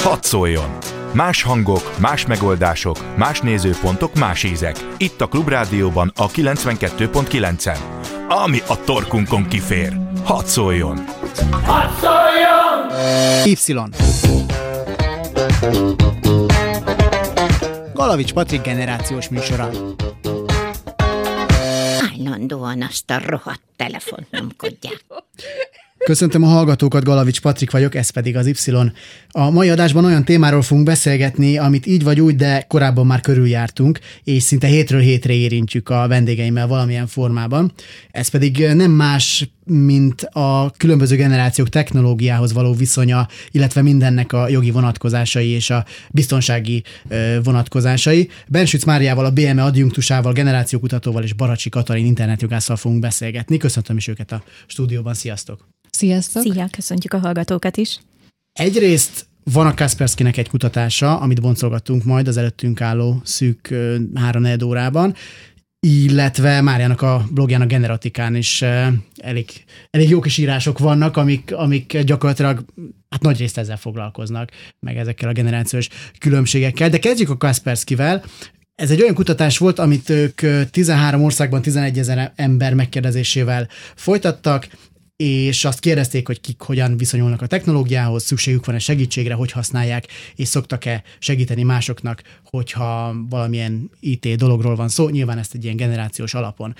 Hadd szóljon! Más hangok, más megoldások, más nézőpontok, más ízek. Itt a Klubrádióban a 92.9-en. Ami a torkunkon kifér. Hadd szóljon! Hadd szóljon! Y. Galavics Patrik generációs műsora. Állandóan azt a rohadt telefont nyomkodják. Köszöntöm a hallgatókat, Galavics Patrik vagyok, ez pedig az Y. A mai adásban olyan témáról fogunk beszélgetni, amit így vagy úgy, de korábban már körüljártunk, és szinte hétről hétre érintjük a vendégeimmel valamilyen formában. Ez pedig nem más, mint a különböző generációk technológiához való viszonya, illetve mindennek a jogi vonatkozásai és a biztonsági vonatkozásai. Bensüc Máriával, a BME adjunktusával, generációkutatóval és Baracsi Katalin internetjogásszal fogunk beszélgetni. Köszöntöm is őket a stúdióban. Sziasztok! Sziasztok! Szia, köszöntjük a hallgatókat is. Egyrészt van a Kasperskynek egy kutatása, amit boncolgattunk majd az előttünk álló szűk 3-4 órában, illetve Máriának a blogján, a Generatikán is elég jó kis írások vannak, amik gyakorlatilag nagy részt ezzel foglalkoznak, meg ezekkel a generációs különbségekkel. De kezdjük a Kasperskyvel. Ez egy olyan kutatás volt, amit ők 13 országban 11 000 ember megkérdezésével folytattak, és azt kérdezték, hogy kik hogyan viszonyulnak a technológiához, szükségük van-e segítségre, hogy használják, és szoktak-e segíteni másoknak, hogyha valamilyen IT dologról van szó, nyilván ezt egy ilyen generációs alapon.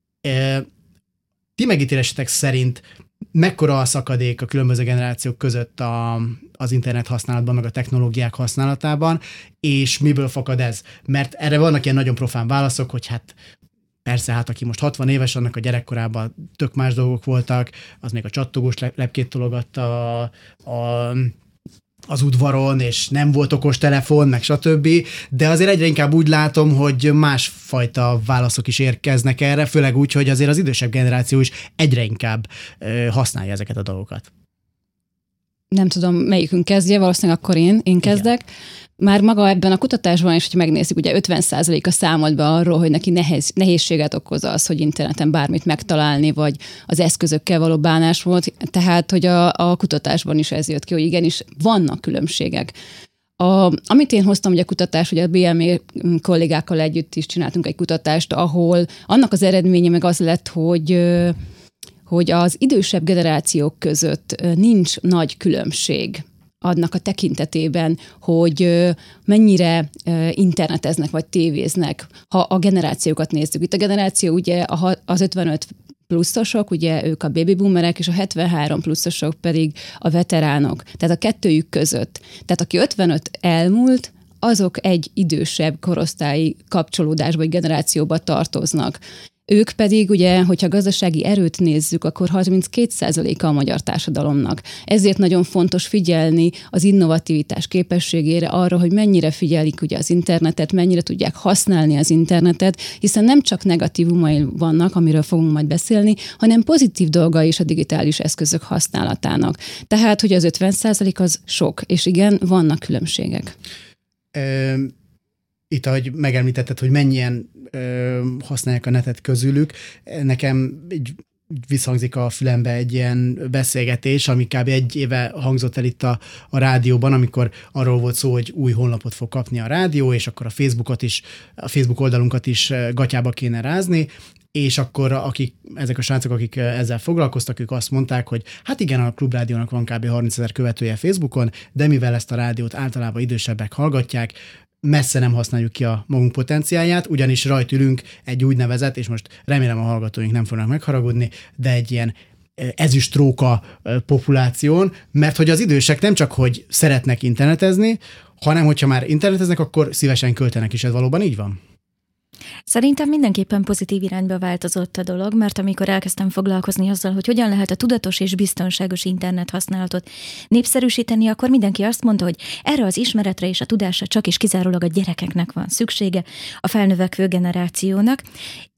Ti megítélésetek szerint mekkora a szakadék a különböző generációk között az internet használatban, meg a technológiák használatában, és miből fakad ez? Mert erre vannak ilyen nagyon profán válaszok, hogy persze, aki most 60 éves, annak a gyerekkorában tök más dolgok voltak, az még a csattogós lepkét tologatta az udvaron, és nem volt okos telefon, meg stb. De azért egyre inkább úgy látom, hogy másfajta válaszok is érkeznek erre, főleg úgy, hogy azért az idősebb generáció is egyre inkább használja ezeket a dolgokat. Nem tudom, melyikünk kezdje, valószínűleg akkor én kezdek. Igen. Már maga ebben a kutatásban is, hogy megnézzük, ugye 50%-a számolt be arról, hogy neki nehézséget okoz az, hogy interneten bármit megtalálni, vagy az eszközökkel való bánás volt. Tehát, hogy a kutatásban is ez jött ki, hogy igenis vannak különbségek. Amit én hoztam, ugye a kutatás, ugye a BME kollégákkal együtt is csináltunk egy kutatást, ahol annak az eredménye meg az lett, hogy az idősebb generációk között nincs nagy különbség annak a tekintetében, hogy mennyire interneteznek vagy tévéznek, ha a generációkat nézzük. Itt a generáció ugye az 55 pluszosok, ugye ők a baby boomerek, és a 73 pluszosok pedig a veteránok. Tehát a kettőjük között. Tehát aki 55 elmúlt, azok egy idősebb korosztályi kapcsolódásba, vagy generációba tartoznak. Ők pedig ugye, hogyha gazdasági erőt nézzük, akkor 32%-a a magyar társadalomnak. Ezért nagyon fontos figyelni az innovativitás képességére, arra, hogy mennyire figyelik ugye az internetet, mennyire tudják használni az internetet, hiszen nem csak negatívumai vannak, amiről fogunk majd beszélni, hanem pozitív dolga is a digitális eszközök használatának. Tehát, hogy az 50% az sok, és igen, vannak különbségek. Itt, ahogy megemlítetted, hogy mennyien használják a netet közülük, nekem így visszhangzik a fülembe egy ilyen beszélgetés, ami kb. 1 éve hangzott el itt a rádióban, amikor arról volt szó, hogy új honlapot fog kapni a rádió, és akkor a Facebook oldalunkat is gatyába kéne rázni, és akkor ezek a srácok, akik ezzel foglalkoztak, ők azt mondták, hogy hát igen, a Klubrádiónak van kb. 30 000 követője Facebookon, de mivel ezt a rádiót általában idősebbek hallgatják, messze nem használjuk ki a magunk potenciáját, ugyanis rajt ülünk egy úgynevezett, és most remélem a hallgatóink nem fognak megharagudni, de egy ilyen ezüstróka populáción, mert hogy az idősek nem csak, hogy szeretnek internetezni, hanem hogyha már interneteznek, akkor szívesen költenek is. Ez valóban így van? Szerintem mindenképpen pozitív irányba változott a dolog, mert amikor elkezdtem foglalkozni azzal, hogy hogyan lehet a tudatos és biztonságos internet használatot népszerűsíteni, akkor mindenki azt mondta, hogy erre az ismeretre és a tudásra csak és kizárólag a gyerekeknek van szüksége, a felnövekvő generációnak.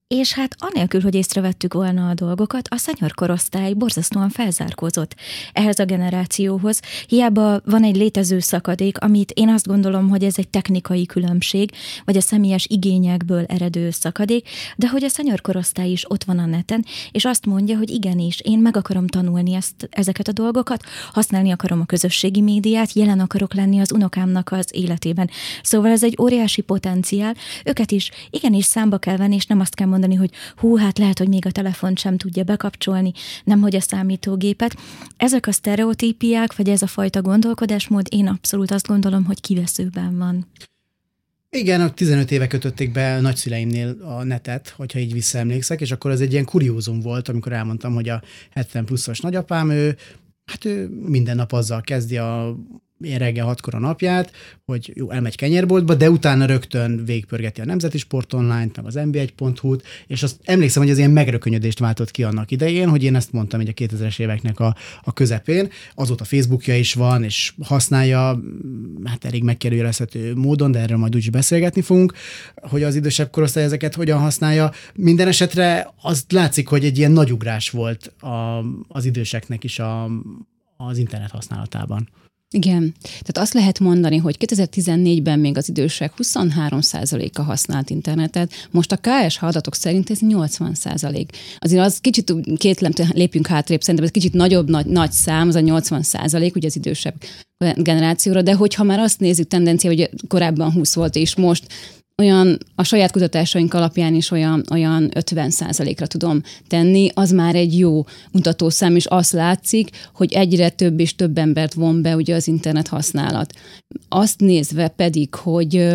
És hát anélkül, hogy észrevettük volna a dolgokat, a senior korosztály borzasztóan felzárkózott ehhez a generációhoz. Hiába van egy létező szakadék, amit én azt gondolom, hogy ez egy technikai különbség, vagy a személyes igényekből eredő szakadék, de hogy a senior korosztály is ott van a neten, és azt mondja, hogy igenis, én meg akarom tanulni ezeket a dolgokat, használni akarom a közösségi médiát, jelen akarok lenni az unokámnak az életében. Szóval ez egy óriási potenciál, őket is igenis számba kell venni, és nem azt kell mondani, hogy hát lehet, hogy még a telefont sem tudja bekapcsolni, nemhogy a számítógépet. Ezek a sztereotípiák, vagy ez a fajta gondolkodásmód, én abszolút azt gondolom, hogy kiveszőben van. Igen, a 15 éve kötötték be nagyszüleimnél a netet, hogyha így visszaemlékszek, és akkor ez egy ilyen kuriózum volt, amikor elmondtam, hogy a 70 pluszos nagyapám, ő minden nap azzal kezdi ilyen reggel 6-kor a napját, hogy jó, elmegy kenyérboltba, de utána rögtön végigpörgeti a Nemzeti Sport Online-t, meg az NB1.hu-t, és azt emlékszem, hogy az ilyen megrökönyödést váltott ki annak idején, hogy én ezt mondtam így a 2000-es éveknek a közepén. Azóta Facebookja is van, és használja, hát elég megkérdőjelezhető módon, de erről majd úgyis beszélgetni fogunk, hogy az idősebb korosztály ezeket hogyan használja. Minden esetre azt látszik, hogy egy ilyen nagy ugrás volt az időseknek is az internet használatában. Igen. Tehát azt lehet mondani, hogy 2014-ben még az idősek 23%-a használt internetet, most a KSH adatok szerint ez 80%. Azért az kicsit lépjünk hátrébb, szerintem ez kicsit nagyobb nagy szám, az a 80%, ugye az idősebb generációra, de hogyha már azt nézzük tendencia, hogy korábban 20 volt, és most olyan a saját kutatásaink alapján is olyan 50%-ra tudom tenni, az már egy jó mutatószám, és azt látszik, hogy egyre több és több embert von be ugye az internet használat. Azt nézve pedig, hogy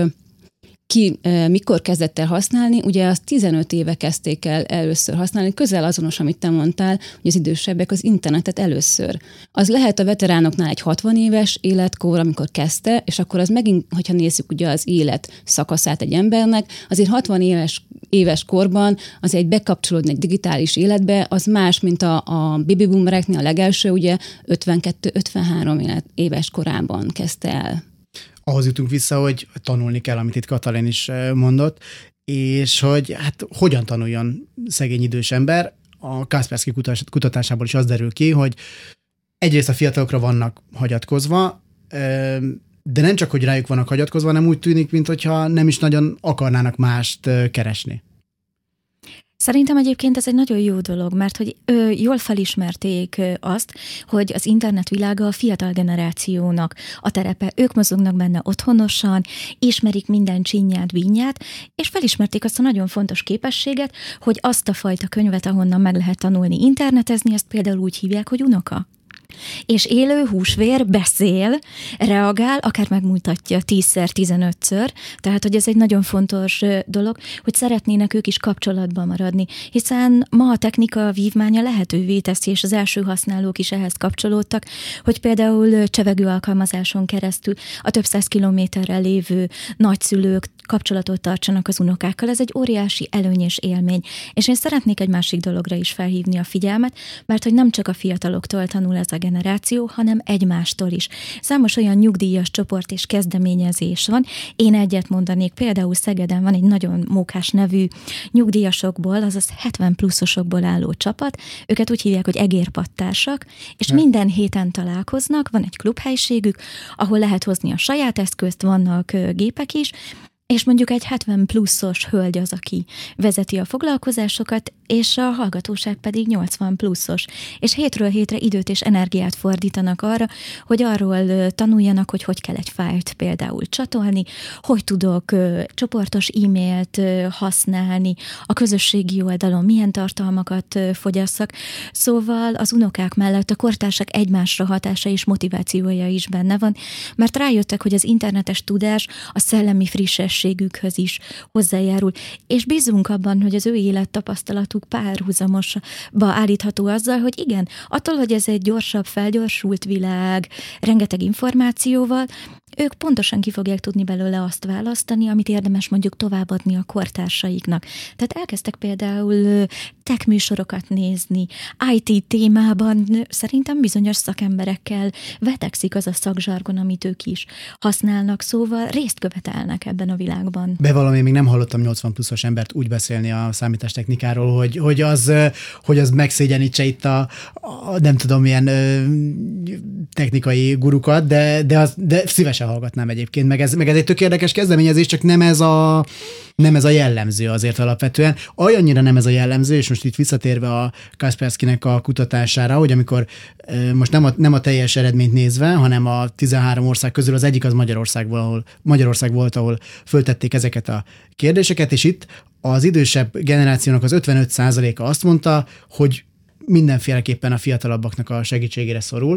ki mikor kezdett el használni, ugye azt 15 éve kezdték el először használni, közel azonos, amit te mondtál, hogy az idősebbek az internetet először. Az lehet a veteránoknál egy 60 éves életkor, amikor kezdte, és akkor az megint, hogyha nézzük ugye az élet szakaszát egy embernek, azért 60 éves korban az egy bekapcsolódni egy digitális életbe, az más, mint a baby boomereknél a legelső, ugye 52-53 éves korában kezdte el. Ahhoz jutunk vissza, hogy tanulni kell, amit itt Katalin is mondott, és hogy hát hogyan tanuljon szegény idős ember. A Kaspersky kutatásából is az derül ki, hogy egyrészt a fiatalokra vannak hagyatkozva, de nem csak, hogy rájuk vannak hagyatkozva, hanem úgy tűnik, mintha nem is nagyon akarnának mást keresni. Szerintem egyébként ez egy nagyon jó dolog, mert hogy jól felismerték azt, hogy az internet világa a fiatal generációnak a terepe. Ők mozognak benne otthonosan, ismerik minden csinyát, bínyát, és felismerték azt a nagyon fontos képességet, hogy azt a fajta könyvet, ahonnan meg lehet tanulni internetezni, azt például úgy hívják, hogy unoka. És élő húsvér beszél, reagál, akár megmutatja 10-szer, 15-ször, tehát hogy ez egy nagyon fontos dolog, hogy szeretnének ők is kapcsolatban maradni, hiszen ma a technika vívmánya lehetővé teszi, és az első használók is ehhez kapcsolódtak, hogy például csevegő alkalmazáson keresztül a több 100 kilométerrel lévő nagyszülők kapcsolatot tartsanak az unokákkal. Ez egy óriási előny és élmény. És én szeretnék egy másik dologra is felhívni a figyelmet, mert hogy nem csak a fiataloktól tanul ez a generáció, hanem egymástól is. Számos olyan nyugdíjas csoport és kezdeményezés van. Én egyet mondanék, például Szegeden van egy nagyon mókás nevű nyugdíjasokból, azaz 70 pluszosokból álló csapat. Őket úgy hívják, hogy egérpattársak, és minden héten találkoznak, van egy klubhelyiségük, ahol lehet hozni a saját eszközt, vannak gépek is, és mondjuk egy 70 pluszos hölgy az, aki vezeti a foglalkozásokat, és a hallgatóság pedig 80 pluszos. És hétről hétre időt és energiát fordítanak arra, hogy arról tanuljanak, hogy kell egy fájlt például csatolni, hogy tudok csoportos e-mailt használni, a közösségi oldalon milyen tartalmakat fogyasszak. Szóval az unokák mellett a kortársak egymásra hatása és motivációja is benne van, mert rájöttek, hogy az internetes tudás a szellemi frissességükhöz is hozzájárul, és bízunk abban, hogy az ő élettapasztalatuk párhuzamosba állítható azzal, hogy igen, attól, hogy ez egy gyorsabb, felgyorsult világ, rengeteg információval, ők pontosan ki fogják tudni belőle azt választani, amit érdemes mondjuk továbbadni a kortársaiknak. Tehát elkezdtek például tech műsorokat nézni, IT témában szerintem bizonyos szakemberekkel vetekszik az a szakzsargon, amit ők is használnak, szóval részt követelnek ebben a világban. Bevallom, én még nem hallottam 80 pluszos embert úgy beszélni a számítástechnikáról, hogy az megszégyenítse itt a nem tudom milyen technikai gurukat, de szívesen hallgatnám egyébként, meg ez egy tök érdekes kezdeményezés, csak nem ez a jellemző azért alapvetően. Olyannyira nem ez a jellemző, és most itt visszatérve a Kasperskynek a kutatására, hogy amikor most nem a teljes eredményt nézve, hanem a 13 ország közül az egyik az Magyarország volt, ahol föltették ezeket a kérdéseket, és itt az idősebb generációnak az 55%-a azt mondta, hogy mindenféleképpen a fiatalabbaknak a segítségére szorul,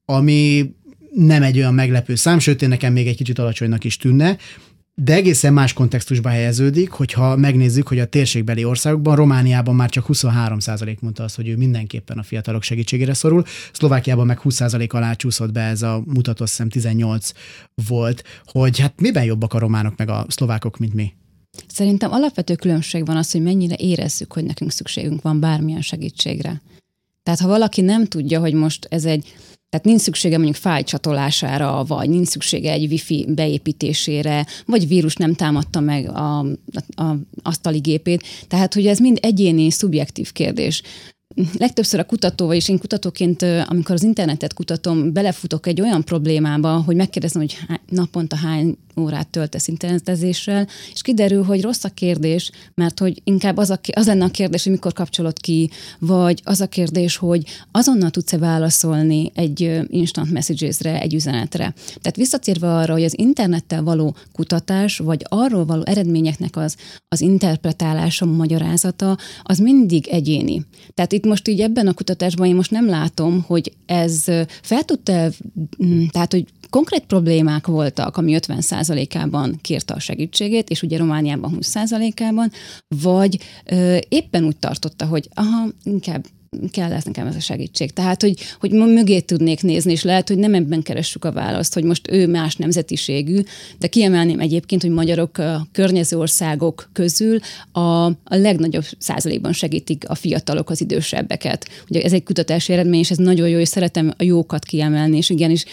ami nem egy olyan meglepő szám, sőt, én nekem még egy kicsit alacsonynak is tűnne, de egészen más kontextusba helyeződik, hogyha megnézzük, hogy a térségbeli országokban, Romániában már csak 23% mondta azt, hogy ő mindenképpen a fiatalok segítségére szorul, Szlovákiában meg 20% alá csúszott be ez a mutató, azt hiszem 18 volt, hogy hát miben jobbak a románok meg a szlovákok, mint mi? Szerintem alapvető különbség van az, hogy mennyire érezzük, hogy nekünk szükségünk van bármilyen segítségre. Tehát ha valaki nem tudja, hogy most tehát nincs szüksége mondjuk fájl csatolására, vagy nincs szüksége egy wifi beépítésére, vagy vírus nem támadta meg a asztali gépét. Tehát, hogy ez mind egyéni, szubjektív kérdés. Legtöbbször a kutató, vagyis én kutatóként, amikor az internetet kutatom, belefutok egy olyan problémába, hogy megkérdezem, hogy naponta hány órát töltesz internetezéssel, és kiderül, hogy rossz a kérdés, mert hogy inkább az lenne a kérdés, hogy mikor kapcsolod ki, vagy az a kérdés, hogy azonnal tudsz-e válaszolni egy instant messages-re, egy üzenetre. Tehát visszatérve arra, hogy az internettel való kutatás, vagy arról való eredményeknek az interpretálása, magyarázata, az mindig egyéni. Tehát itt most így ebben a kutatásban én most nem látom, hogy ez fel tudta, tehát hogy konkrét problémák voltak, ami 50%-ában kérte a segítségét, és ugye Romániában 20%-ában, vagy éppen úgy tartotta, hogy inkább kell lesz nekem ez a segítség. Tehát, hogy mögé tudnék nézni, és lehet, hogy nem ebben keressük a választ, hogy most ő más nemzetiségű, de kiemelném egyébként, hogy magyarok a környező országok közül a legnagyobb százalékban segítik a fiatalok az idősebbeket. Ugye ez egy kutatási eredmény, és ez nagyon jó, és szeretem a jókat kiemelni, és igenis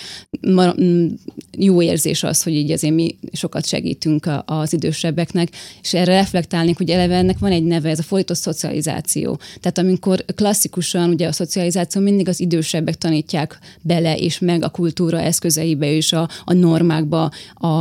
jó érzés az, hogy így azért mi sokat segítünk az idősebbeknek, és erre reflektálnék, hogy eleve ennek van egy neve, ez a folyamatos szocializáció. Tehát amikor klasszikusan ugye a szocializáció mindig az idősebbek tanítják bele, és meg a kultúra eszközeibe és a normákba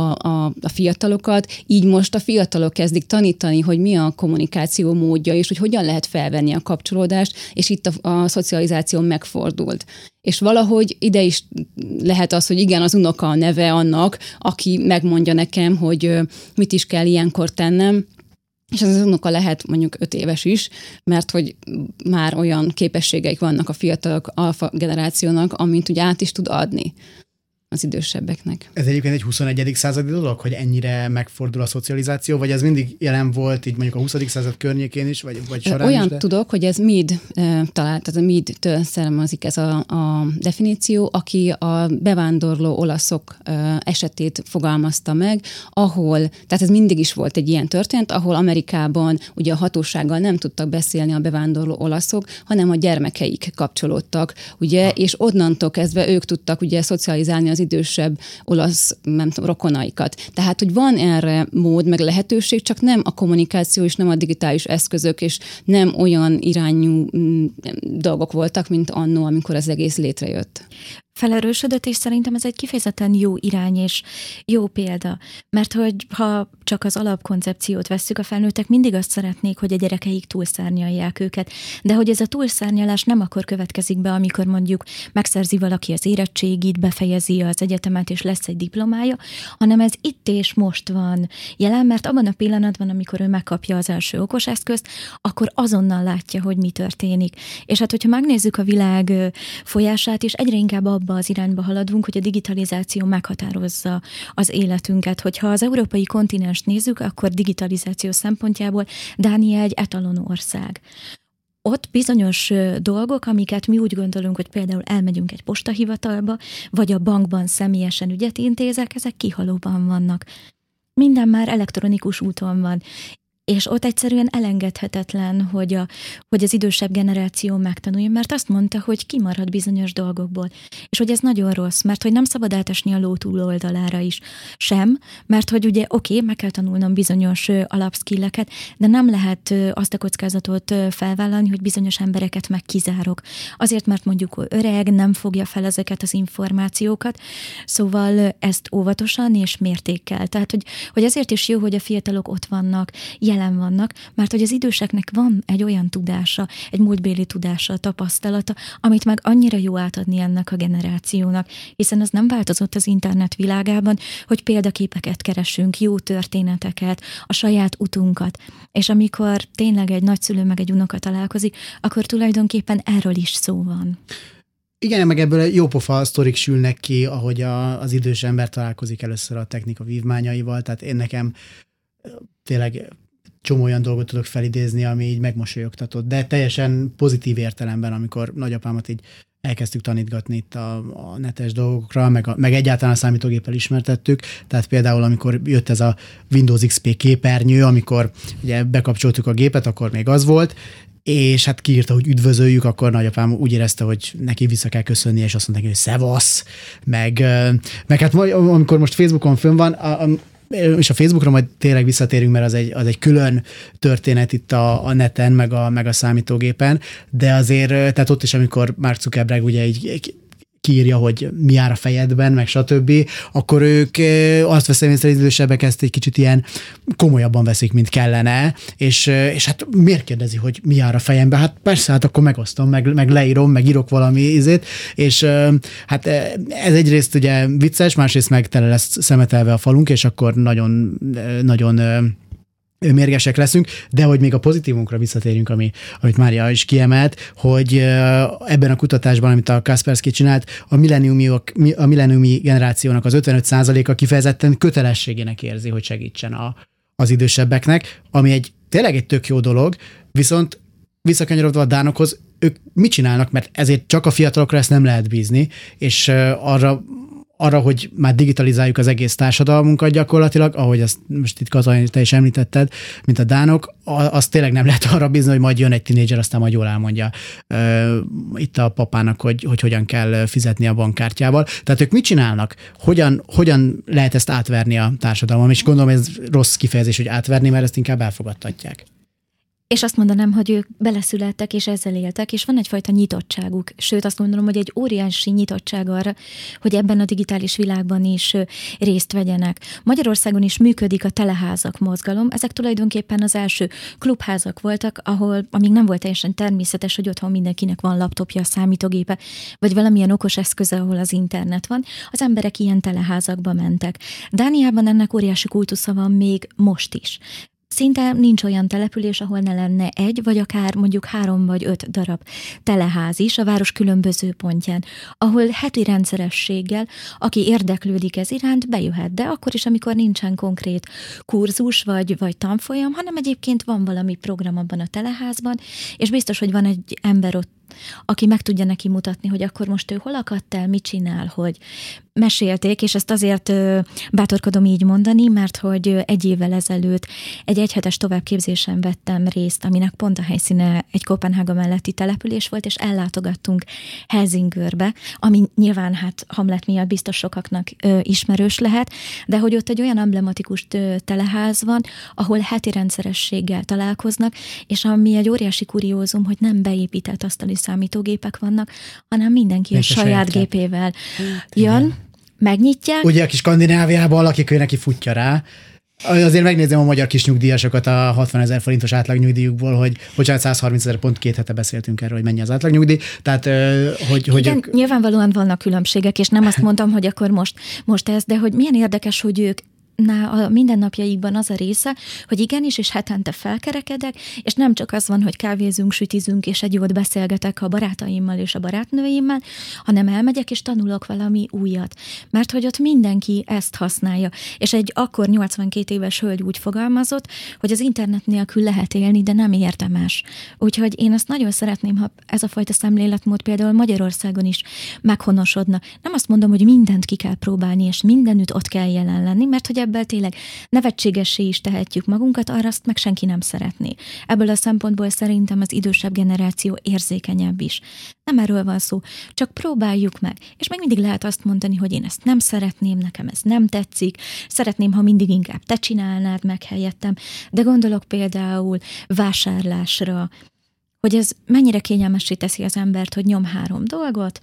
a fiatalokat, így most a fiatalok kezdik tanítani, hogy mi a kommunikáció módja, és hogy hogyan lehet felvenni a kapcsolódást, és itt a szocializáció megfordult. És valahogy ide is lehet az, hogy igen, az unoka a neve annak, aki megmondja nekem, hogy mit is kell ilyenkor tennem, és az unoka lehet mondjuk 5 éves is, mert hogy már olyan képességeik vannak a fiatalok alfa generációnak, amint úgy át is tud adni az idősebbeknek. Ez egyébként egy 21. századi dolog, hogy ennyire megfordul a szocializáció, vagy ez mindig jelen volt, így mondjuk a 20. század környékén is, vagy során olyan is? Olyan tudok, hogy ez Mead tehát a Mead-től származik ez a definíció, aki a bevándorló olaszok esetét fogalmazta meg, tehát ez mindig is volt egy ilyen történet, ahol Amerikában ugye a hatósággal nem tudtak beszélni a bevándorló olaszok, hanem a gyermekeik kapcsolódtak, ugye, és onnantól kezdve ők tudtak ugye szocializálni az idősebb olasz, nem tudom, rokonaikat. Tehát, hogy van erre mód, meg lehetőség, csak nem a kommunikáció, és nem a digitális eszközök, és nem olyan irányú dolgok voltak, mint annó, amikor az egész létrejött. Felerősödött, és szerintem ez egy kifejezetten jó irány és jó példa. Mert hogy ha csak az alapkoncepciót vesszük, a felnőttek mindig azt szeretnék, hogy a gyerekeik túlszárnyalják őket. De hogy ez a túlszárnyalás nem akkor következik be, amikor mondjuk megszerzi valaki az érettségit, befejezi az egyetemet, és lesz egy diplomája, hanem ez itt és most van jelen, mert abban a pillanatban, amikor ő megkapja az első okos eszközt, akkor azonnal látja, hogy mi történik. És hát, hogyha megnézzük a világ folyását is, egyre inkább abba az irányba haladunk, hogy a digitalizáció meghatározza az életünket. Hogyha az európai kontinenst nézzük, akkor digitalizáció szempontjából Dánia egy etalon ország. ott bizonyos dolgok, amiket mi úgy gondolunk, hogy például elmegyünk egy postahivatalba, vagy a bankban személyesen ügyet intézek, ezek kihalóban vannak. Minden már elektronikus úton van. És ott egyszerűen elengedhetetlen, hogy az idősebb generáció megtanuljon, mert azt mondta, hogy kimarad bizonyos dolgokból. És hogy ez nagyon rossz, mert hogy nem szabad átesni a ló túloldalára is sem, mert hogy ugye meg kell tanulnom bizonyos alapszkilleket, de nem lehet azt a kockázatot felvállalni, hogy bizonyos embereket meg kizárok. Azért, mert mondjuk öreg, nem fogja fel ezeket az információkat, szóval ezt óvatosan és mértékkel. Tehát, hogy ezért is jó, hogy a fiatalok ott vannak, jelen vannak, mert hogy az időseknek van egy olyan tudása, egy múltbéli tudása, tapasztalata, amit meg annyira jó átadni ennek a generációnak, hiszen az nem változott az internet világában, hogy példaképeket keresünk, jó történeteket, a saját utunkat, és amikor tényleg egy nagyszülő meg egy unoka találkozik, akkor tulajdonképpen erről is szó van. Igen, meg ebből jópofa sztorik sülnek ki, ahogy az idős ember találkozik először a technika vívmányaival, tehát én nekem tényleg csomó olyan dolgot tudok felidézni, ami így megmosolyogtatott, de teljesen pozitív értelemben, amikor nagyapámat így elkezdtük tanítgatni itt a netes dolgokra, meg egyáltalán a számítógéppel ismertettük, tehát például amikor jött ez a Windows XP képernyő, amikor ugye bekapcsoltuk a gépet, akkor még az volt, és hát kiírta, hogy üdvözöljük, akkor nagyapám úgy érezte, hogy neki vissza kell köszönni, és azt mondta, hogy szevasz, meg hát amikor most Facebookon fönn van, és a Facebookra majd tényleg visszatérünk, mert az egy külön történet itt a neten, meg a számítógépen, de azért, tehát ott is, amikor Mark Zuckerberg ugye így kiírja, hogy mi jár a fejedben, meg stb., akkor ők azt veszem észre, hogy az idősebbek ezt egy kicsit ilyen komolyabban veszik, mint kellene, és hát miért kérdezi, hogy mi jár a fejembe? Hát persze, hát akkor megosztom, meg leírom, meg írok valami ízét, és hát ez egyrészt ugye vicces, másrészt meg tele lesz szemetelve a falunk, és akkor nagyon mérgesek leszünk, de hogy még a pozitívunkra visszatérjünk, amit Mária is kiemelt, hogy ebben a kutatásban, amit a Kaspersky csinált, a milleniumi generációnak az 55%-a kifejezetten kötelességének érzi, hogy segítsen az idősebbeknek, ami tényleg egy tök jó dolog, viszont visszakanyarodva a dánokhoz, ők mit csinálnak, mert ezért csak a fiatalokra ezt nem lehet bízni, és arra, hogy már digitalizáljuk az egész társadalmunkat gyakorlatilag, ahogy azt most itt Kazai, te is említetted, mint a dánok, azt tényleg nem lehet arra bízni, hogy majd jön egy tinédzser, aztán majd jól elmondja itt a papának, hogy hogyan kell fizetni a bankkártyával. Tehát ők mit csinálnak? Hogyan lehet ezt átverni a társadalomban? És gondolom, ez rossz kifejezés, hogy átverni, mert ezt inkább elfogadtatják. És azt mondanám, hogy ők beleszülettek, és ezzel éltek, és van egyfajta nyitottságuk. Sőt, azt gondolom, hogy egy óriási nyitottság arra, hogy ebben a digitális világban is részt vegyenek. Magyarországon is működik a teleházak mozgalom. Ezek tulajdonképpen az első klubházak voltak, amíg nem volt teljesen természetes, hogy otthon mindenkinek van laptopja, számítógépe, vagy valamilyen okos eszköze, ahol az internet van. Az emberek ilyen teleházakba mentek. Dániában ennek óriási kultusza van még most is. Szinte nincs olyan település, ahol ne lenne egy, vagy akár mondjuk 3 vagy 5 darab teleház is a város különböző pontján, ahol heti rendszerességgel, aki érdeklődik ez iránt, bejöhet, de akkor is, amikor nincsen konkrét kurzus vagy tanfolyam, hanem egyébként van valami program abban a teleházban, és biztos, hogy van egy ember ott, aki meg tudja neki mutatni, hogy akkor most ő hol akadt el, mit csinál, hogy mesélték, és ezt azért bátorkodom így mondani, mert hogy 1 évvel ezelőtt egy egyhetes továbbképzésen vettem részt, aminek pont a helyszíne egy Koppenhága melletti település volt, és ellátogattunk Helsingörbe, ami nyilván hát Hamlet miatt biztos sokaknak ismerős lehet, de hogy ott egy olyan emblematikus teleház van, ahol heti rendszerességgel találkoznak, és ami egy óriási kuriózum, hogy nem beépített asztali számítógépek vannak, hanem mindenki a saját gépével jön, megnyitják. Ugye, aki Skandináviában lakik, ő neki futja rá. Azért megnézem a magyar kis nyugdíjasokat a 60 000 forintos átlagnyugdíjukból, hogy bocsánat, 130 000, pont 2 hete beszéltünk erről, hogy mennyi az átlagnyugdíj. Tehát, igen, nyilvánvalóan vannak különbségek, és nem azt mondtam, hogy akkor most ez, de hogy milyen érdekes, hogy ők a mindennapjaikban az a része, hogy igenis, és hetente felkerekedek, és nem csak az van, hogy kávézünk, sütizünk, és egy jót beszélgetek a barátaimmal és a barátnőimmel, hanem elmegyek, és tanulok valami újat. Mert hogy ott mindenki ezt használja. És egy akkor 82 éves hölgy úgy fogalmazott, hogy az internet nélkül lehet élni, de nem érdemes. Úgyhogy én azt nagyon szeretném, ha ez a fajta szemléletmód például Magyarországon is meghonosodna. Nem azt mondom, hogy mindent ki kell próbálni, és mindenütt ott kell jelen lenni, mert hogy ebből tényleg nevetségessé is tehetjük magunkat, arra azt meg senki nem szeretné. Ebből a szempontból szerintem az idősebb generáció érzékenyebb is. Nem erről van szó, csak próbáljuk meg. És meg mindig lehet azt mondani, hogy én ezt nem szeretném, nekem ez nem tetszik, szeretném, ha mindig inkább te csinálnád meg helyettem, de gondolok például vásárlásra, hogy ez mennyire kényelmessé teszi az embert, hogy nyom 3 dolgot,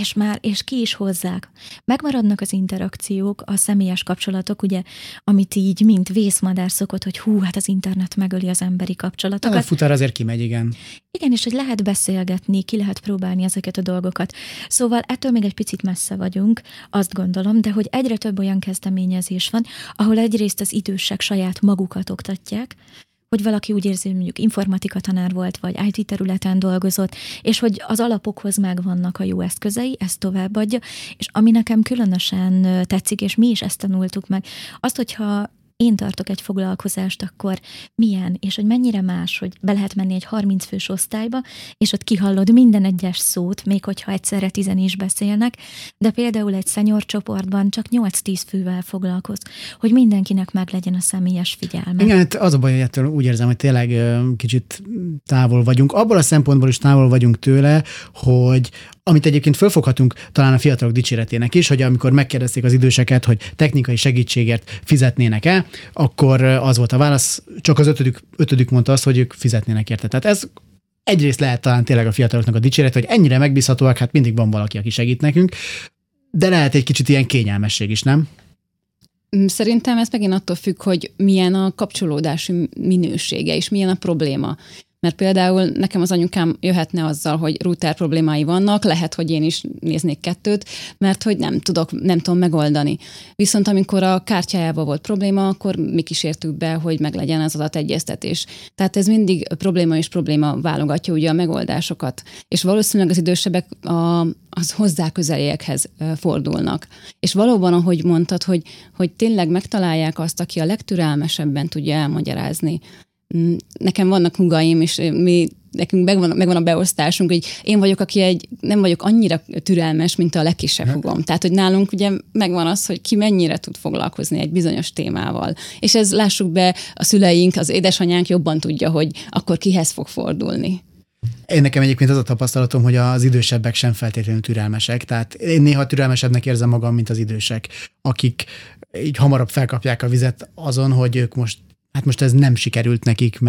és ki is hozzák. Megmaradnak az interakciók, a személyes kapcsolatok, ugye, amit így, mint vészmadár szokott, hogy hát az internet megöli az emberi kapcsolatokat. A futár azért kimegy, igen. Igen, és hogy lehet beszélgetni, ki lehet próbálni ezeket a dolgokat. Szóval ettől még egy picit messze vagyunk, azt gondolom, de hogy egyre több olyan kezdeményezés van, ahol egyrészt az idősek saját magukat oktatják, hogy valaki úgy érzi, hogy mondjuk informatika tanár volt, vagy IT területen dolgozott, és hogy az alapokhoz megvannak a jó eszközei, ezt továbbadja, és ami nekem különösen tetszik, és mi is ezt tanultuk meg, azt, hogyha én tartok egy foglalkozást, akkor milyen, és hogy mennyire más, hogy be lehet menni egy 30 fős osztályba, és ott kihallod minden egyes szót, még hogyha egyszerre 10 is beszélnek, de például egy senior csoportban csak 8-10 fővel foglalkoz, hogy mindenkinek meg legyen a személyes figyelme. Igen, az a baj, hogy ettől úgy érzem, hogy tényleg kicsit távol vagyunk. Abból a szempontból is távol vagyunk tőle, hogy amit egyébként fölfoghatunk talán a fiatalok dicséretének is, hogy amikor megkérdezték az időseket, hogy technikai segítségért fizetnének-e, akkor az volt a válasz, csak az ötödük mondta azt, hogy ők fizetnének érte. Tehát ez egyrészt lehet talán tényleg a fiataloknak a dicséret, hogy ennyire megbízhatóak, hát mindig van valaki, aki segít nekünk, de lehet egy kicsit ilyen kényelmesség is, nem? Szerintem ez megint attól függ, hogy milyen a kapcsolódási minősége, és milyen a probléma. Mert például nekem az anyukám jöhetne azzal, hogy router problémái vannak, lehet, hogy én is néznék 2, mert hogy nem tudom megoldani. Viszont amikor a kártyájával volt probléma, akkor mi kísértük be, hogy meglegyen az adategyeztetés. Tehát ez mindig probléma és probléma válogatja ugye a megoldásokat. És valószínűleg az idősebbek az hozzá közeliekhez fordulnak. És valóban, ahogy mondtad, hogy tényleg megtalálják azt, aki a legtürelmesebben tudja elmagyarázni. Nekem vannak húgaim, és nekünk megvan a beosztásunk, hogy én vagyok, aki nem vagyok annyira türelmes, mint a legkisebb húgom. Tehát, hogy nálunk ugye megvan az, hogy ki mennyire tud foglalkozni egy bizonyos témával. És ez, lássuk be, a szüleink, az édesanyánk jobban tudja, hogy akkor kihez fog fordulni. Én nekem egyébként az a tapasztalatom, hogy az idősebbek sem feltétlenül türelmesek, tehát én néha türelmesebbnek érzem magam, mint az idősek, akik így hamarabb felkapják a vizet azon, hogy ők most ez nem sikerült nekik,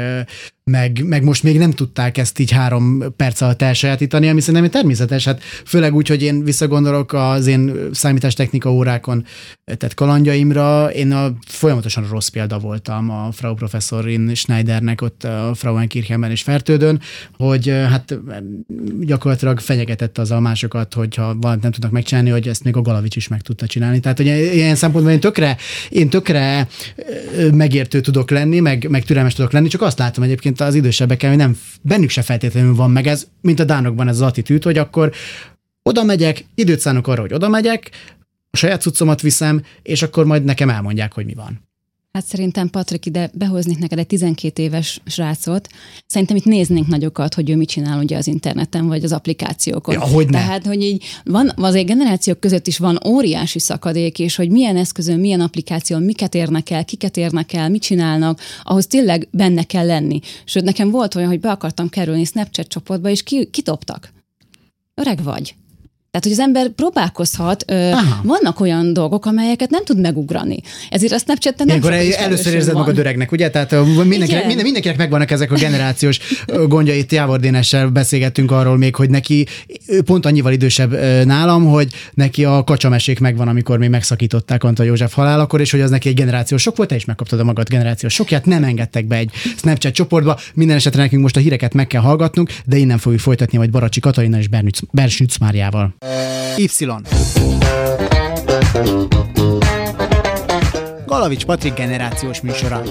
meg most még nem tudták ezt így 3 perc alatt elsajátítani, ami szerintem természetes. Hát főleg úgy, hogy én visszagondolok az én számítástechnika órákon tett kalandjaimra, én folyamatosan rossz példa voltam a Frau Professzorin Schneidernek ott a Frauenkirchenben és Fertődön, hogy hát gyakorlatilag fenyegetett azzal másokat, hogyha valamit nem tudnak megcsinálni, hogy ezt még a Galavics is meg tudta csinálni. Tehát ugye ilyen szempontból én tökre megértő tudok lenni, meg türelmes tudok lenni, csak azt látom egyébként az idősebbekkel, hogy nem, bennük se feltétlenül van meg ez, mint a dánokban ez az attitűd, hogy akkor oda megyek, időt szánok arra, hogy oda megyek, a saját cuccomat viszem, és akkor majd nekem elmondják, hogy mi van. Hát szerintem, Patrik, ide behoznék neked egy 12 éves srácot. Szerintem itt néznénk nagyokat, hogy ő mit csinál ugye az interneten, vagy az applikációkon. Ja, hogyne. Tehát, hogy így van, azért generációk között is van óriási szakadék, és hogy milyen eszközön, milyen applikáción, miket érnek el, kiket érnek el, mit csinálnak, ahhoz tényleg benne kell lenni. Sőt, nekem volt olyan, hogy be akartam kerülni Snapchat csoportba, és kitoptak. Öreg vagy. Tehát, hogy az ember próbálkozhat, vannak olyan dolgok, amelyeket nem tud megugrani. Ezért a Snapchaten nem sok ismerősöm először érzed van. magad öregnek, ugye? Tehát mindenkinek megvannak ezek a generációs gondjai. Jávor Dénessel beszélgettünk arról még, hogy neki pont annyival idősebb nálam, hogy neki a kacsamesék megvan, amikor még megszakították Antal József halálakor, és hogy az neki egy generációs sok volt, te is megkaptad a magad generációs sokját, nem engedtek be egy Snapchat csoportba. Minden esetre nekünk most a híreket meg kell hallgatnunk, de innen fogjuk folytatni majd Baracsi Katalina és Bersnütz Máriával. Y. Galavics Patrik generációs műsora.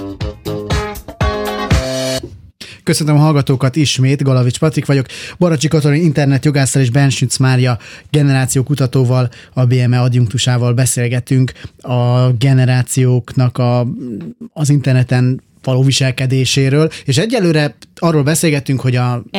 Köszöntöm a hallgatókat ismét, Galavics Patrik vagyok. Baracsi Katalin internetjogásszal és Bensütz Mária generációkutatóval, a BME adjunktusával beszélgetünk a generációknak az interneten való viselkedéséről, és egyelőre arról beszélgettünk, hogy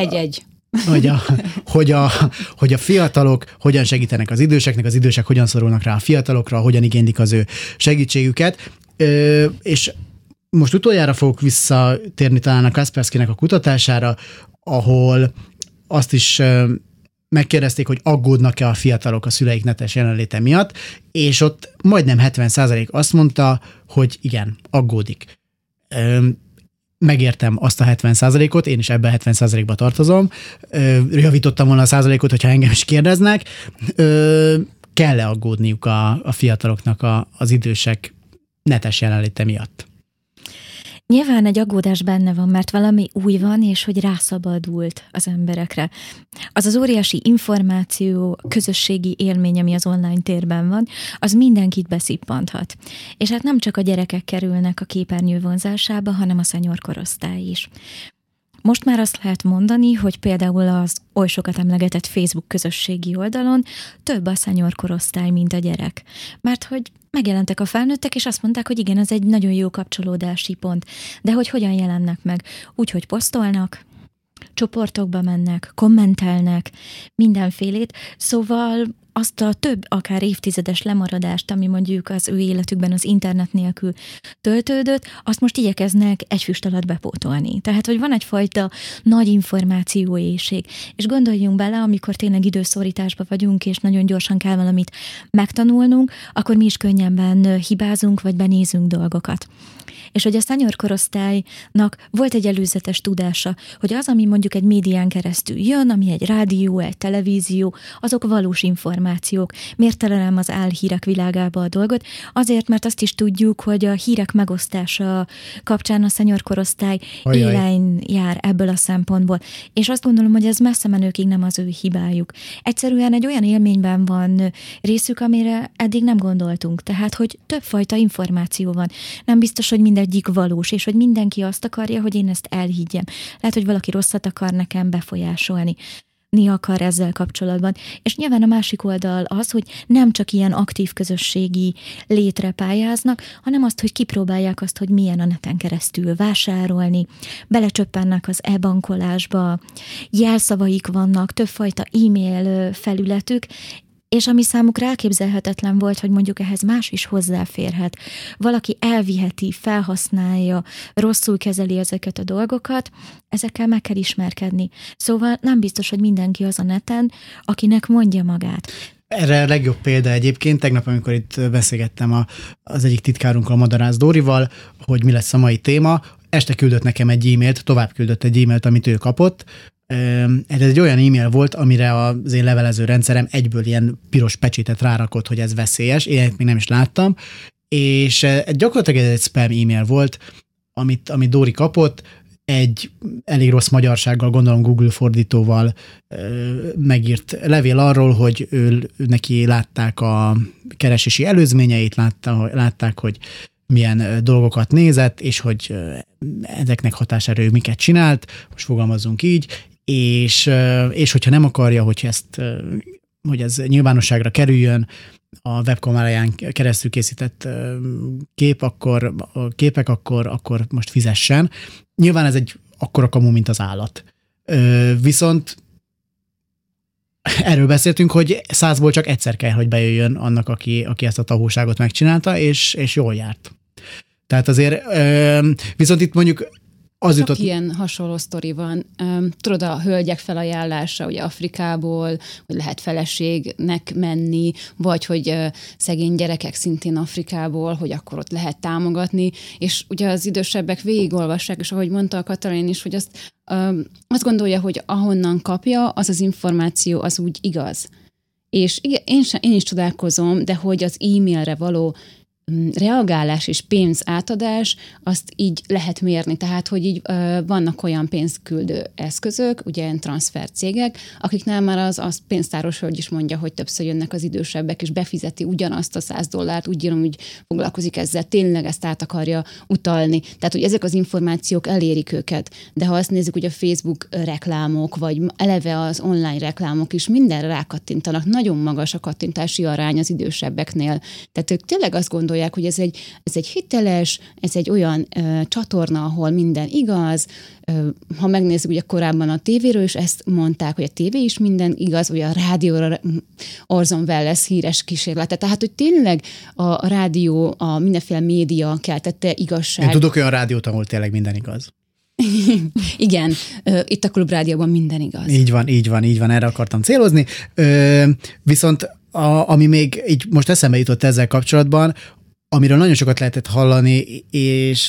hogy a fiatalok hogyan segítenek az időseknek, az idősek hogyan szorulnak rá a fiatalokra, hogyan igénylik az ő segítségüket, és most utoljára fogok visszatérni talán a Kasperskynek a kutatására, ahol azt is megkérdezték, hogy aggódnak-e a fiatalok a szüleik netes jelenléte miatt, és ott majdnem 70% azt mondta, hogy igen, aggódik. Megértem azt a 70%-ot, én is ebben a 70%-ba tartozom. Javítottam volna a százalékot, hogyha engem is kérdeznek. Kell-e aggódniuk a fiataloknak az idősek netes jelenléte miatt? Nyilván egy aggódás benne van, mert valami új van, és hogy rászabadult az emberekre. Az az óriási információ, közösségi élmény, ami az online térben van, az mindenkit beszippanthat. És hát nem csak a gyerekek kerülnek a képernyő vonzásába, hanem a senior korosztály is. Most már azt lehet mondani, hogy például az oly sokat emlegetett Facebook közösségi oldalon több a senior korosztály, mint a gyerek. Mert hogy megjelentek a felnőttek, és azt mondták, hogy igen, ez egy nagyon jó kapcsolódási pont. De hogy hogyan jelennek meg? Úgy, hogy posztolnak, csoportokba mennek, kommentelnek, mindenfélét. Szóval azt a több, akár évtizedes lemaradást, ami mondjuk az ő életükben az internet nélkül töltődött, azt most igyekeznek egy füst alatt bepótolni. Tehát, hogy van egyfajta nagy információéhség. És gondoljunk bele, amikor tényleg időszorításban vagyunk, és nagyon gyorsan kell valamit megtanulnunk, akkor mi is könnyebben hibázunk, vagy benézünk dolgokat. És hogy a senior korosztálynak volt egy előzetes tudása, hogy az, ami mondjuk egy médián keresztül jön, ami egy rádió, egy televízió, azok valós információk. Miért terelem az álhírek világába a dolgot? Azért, mert azt is tudjuk, hogy a hírek megosztása kapcsán a senior korosztály élen jár ebből a szempontból. És azt gondolom, hogy ez messze menőkig nem az ő hibájuk. Egyszerűen egy olyan élményben van részük, amire eddig nem gondoltunk. Tehát, hogy többfajta információ van. Nem biztos, hogy mindegyik valós, és hogy mindenki azt akarja, hogy én ezt elhiggyem. Lehet, hogy valaki rosszat akar nekem befolyásolni. Akar ezzel kapcsolatban. És nyilván a másik oldal az, hogy nem csak ilyen aktív közösségi létre pályáznak, hanem azt, hogy kipróbálják azt, hogy milyen a neten keresztül vásárolni, belecsöppennek az e-bankolásba, jelszavaik vannak, többfajta e-mail felületük, és ami számukra elképzelhetetlen volt, hogy mondjuk ehhez más is hozzáférhet. Valaki elviheti, felhasználja, rosszul kezeli ezeket a dolgokat, ezekkel meg kell ismerkedni. Szóval nem biztos, hogy mindenki az a neten, akinek mondja magát. Erre a legjobb példa egyébként, tegnap, amikor itt beszélgettem az egyik titkárunkkal, Madarász Dórival, hogy mi lesz a mai téma, este küldött nekem egy e-mailt, tovább küldött egy e-mailt, amit ő kapott. Ez egy olyan e-mail volt, amire az én levelező rendszerem egyből ilyen piros pecsétet rárakott, hogy ez veszélyes, én még nem is láttam, és gyakorlatilag ez egy spam e-mail volt, amit Dóri kapott, egy elég rossz magyarsággal, gondolom Google fordítóval megírt levél arról, hogy neki látták a keresési előzményeit, látták, hogy milyen dolgokat nézett, és hogy ezeknek hatására ő miket csinált, most fogalmazzunk így, és hogyha nem akarja, hogy ez nyilvánosságra kerüljön, a webkameráján keresztül készített képek, akkor most fizessen. Nyilván ez egy akkora kamu, mint az állat. Viszont erről beszéltünk, hogy 100-ból csak egyszer kell, hogy bejöjjön annak, aki ezt a tahóságot megcsinálta, és jól járt. Tehát azért, viszont itt mondjuk az jutott... Ilyen hasonló sztori van. Tudod, a hölgyek felajánlása, ugye Afrikából, hogy lehet feleségnek menni, vagy hogy szegény gyerekek szintén Afrikából, hogy akkor ott lehet támogatni, és ugye az idősebbek végigolvassák, és ahogy mondta a Katalin is, hogy azt gondolja, hogy ahonnan kapja, az az információ az úgy igaz. És igen, én is csodálkozom, de hogy az e-mailre való reagálás és pénz átadás, azt így lehet mérni. Tehát, hogy így vannak olyan pénzküldő eszközök, ugye ilyen transfercégek, akiknál már az pénztáros hölgy is mondja, hogy többször jönnek az idősebbek, és befizeti ugyanazt a $100, úgy foglalkozik ezzel, tényleg ezt át akarja utalni. Tehát, hogy ezek az információk elérik őket. De ha azt nézzük, hogy a Facebook reklámok, vagy eleve az online reklámok is mindenre rákattintanak, nagyon magas a kattintási arány az idősebbeknél. Tehát ők tényleg azt gondolják, hogy ez egy hiteles, ez egy olyan csatorna, ahol minden igaz. Ha megnézzük, ugye korábban a tévéről is ezt mondták, hogy a tévé is minden igaz, ugye a rádióra Orson Welles híres kísérlete. Tehát, hogy tényleg a rádió, a mindenféle média keltette igazság. Én tudok olyan rádiót, ahol tényleg minden igaz. Igen, itt a Klubrádióban minden igaz. Így van, erre akartam célozni. Viszont ami még így most eszembe jutott ezzel kapcsolatban, amiről nagyon sokat lehetett hallani, és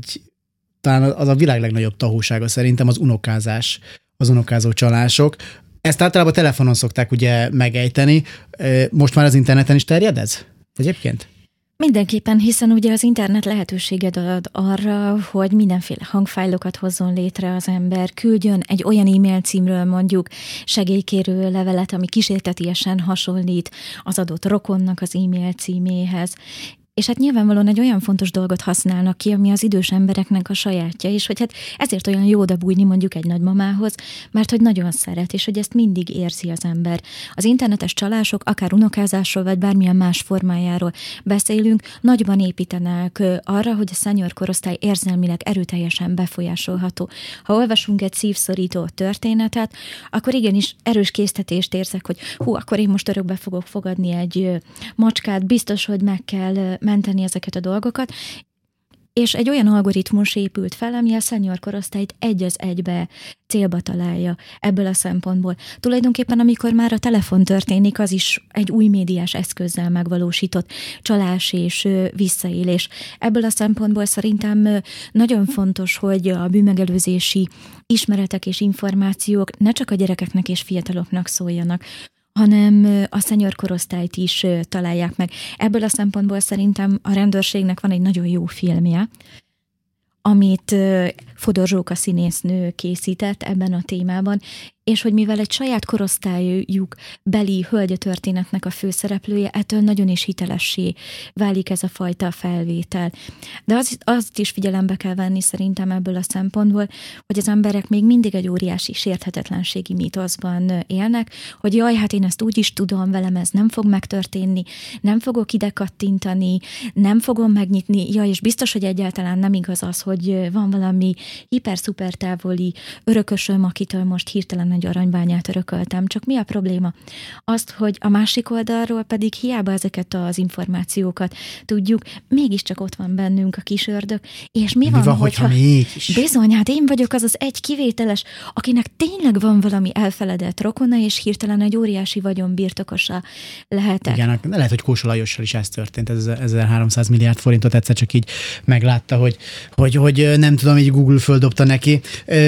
talán az a világ legnagyobb tahósága szerintem az unokázás, az unokázó csalások. Ezt általában telefonon szokták ugye megejteni. Most már az interneten is terjed ez egyébként? Mindenképpen, hiszen ugye az internet lehetőséget ad arra, hogy mindenféle hangfájlokat hozzon létre az ember, küldjön egy olyan e-mail címről mondjuk segélykérő levelet, ami kísértetiesen hasonlít az adott rokonnak az e-mail címéhez. És hát nyilvánvalóan egy olyan fontos dolgot használnak ki, ami az idős embereknek a sajátja, és hogy hát ezért olyan jó odabújni mondjuk egy nagymamához, mert hogy nagyon szeret, és hogy ezt mindig érzi az ember. Az internetes csalások, akár unokázásról, vagy bármilyen más formájáról beszélünk, nagyban építenek arra, hogy a senior korosztály érzelmileg erőteljesen befolyásolható. Ha olvasunk egy szívszorító történetet, akkor igenis erős késztetést érzek, hogy akkor én most örökbe fogok fogadni egy macskát, biztos, hogy meg kell menteni ezeket a dolgokat, és egy olyan algoritmus épült fel, ami a senior korosztályt egy az egybe célba találja ebből a szempontból. Tulajdonképpen, amikor már a telefon történik, az is egy új médiás eszközzel megvalósított csalás és visszaélés. Ebből a szempontból szerintem nagyon fontos, hogy a bűnmegelőzési ismeretek és információk ne csak a gyerekeknek és fiataloknak szóljanak, hanem a senior korosztályt is találják meg. Ebből a szempontból szerintem a rendőrségnek van egy nagyon jó filmje, amit Fodor Zsóka színésznő készített ebben a témában, és hogy mivel egy saját korosztályuk beli hölgyetörténetnek a főszereplője, ettől nagyon is hitelessé válik ez a fajta felvétel. De azt is figyelembe kell venni szerintem ebből a szempontból, hogy az emberek még mindig egy óriási sérthetetlenségi mítoszban élnek, hogy jaj, hát én ezt úgy is tudom, velem ez nem fog megtörténni, nem fogok ide kattintani, nem fogom megnyitni, ja, és biztos, hogy egyáltalán nem igaz az, hogy van valami hiper-szuper távoli örökösöm, akitől most hirtelen egy aranybányát örököltem. Csak mi a probléma? Azt, hogy a másik oldalról pedig hiába ezeket az információkat tudjuk, mégiscsak ott van bennünk a kis ördög, és mi van, hogyha mégis? Bizony, hát én vagyok az az egy kivételes, akinek tényleg van valami elfeledett rokona, és hirtelen egy óriási vagyon birtokosa lehetek. Igen, lehet, hogy Kósa Lajossal is ez történt, ez 1300 milliárd forintot egyszer csak így meglátta, hogy nem tudom, így Google földobta neki.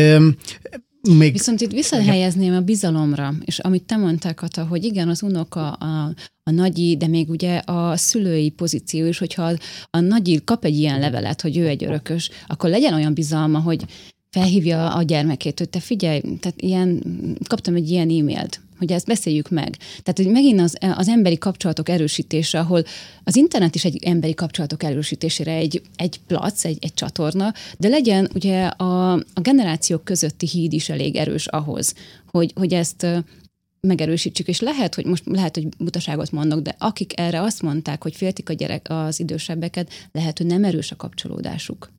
Viszont itt visszahelyezném a bizalomra, és amit te mondtál, Kata, hogy igen, az unoka, a nagyi, de még ugye a szülői pozíció is, hogyha a nagyi kap egy ilyen levelet, hogy ő egy örökös, akkor legyen olyan bizalma, hogy felhívja a gyermekét, hogy te figyelj, tehát kaptam egy ilyen e-mailt, hogy ezt beszéljük meg. Tehát, hogy megint az emberi kapcsolatok erősítése, ahol az internet is egy emberi kapcsolatok erősítésére egy plac, egy csatorna, de legyen ugye a generációk közötti híd is elég erős ahhoz, hogy ezt megerősítsük, és lehet, hogy butaságot mondok, de akik erre azt mondták, hogy féltik az idősebbeket, lehet, hogy nem erős a kapcsolódásuk.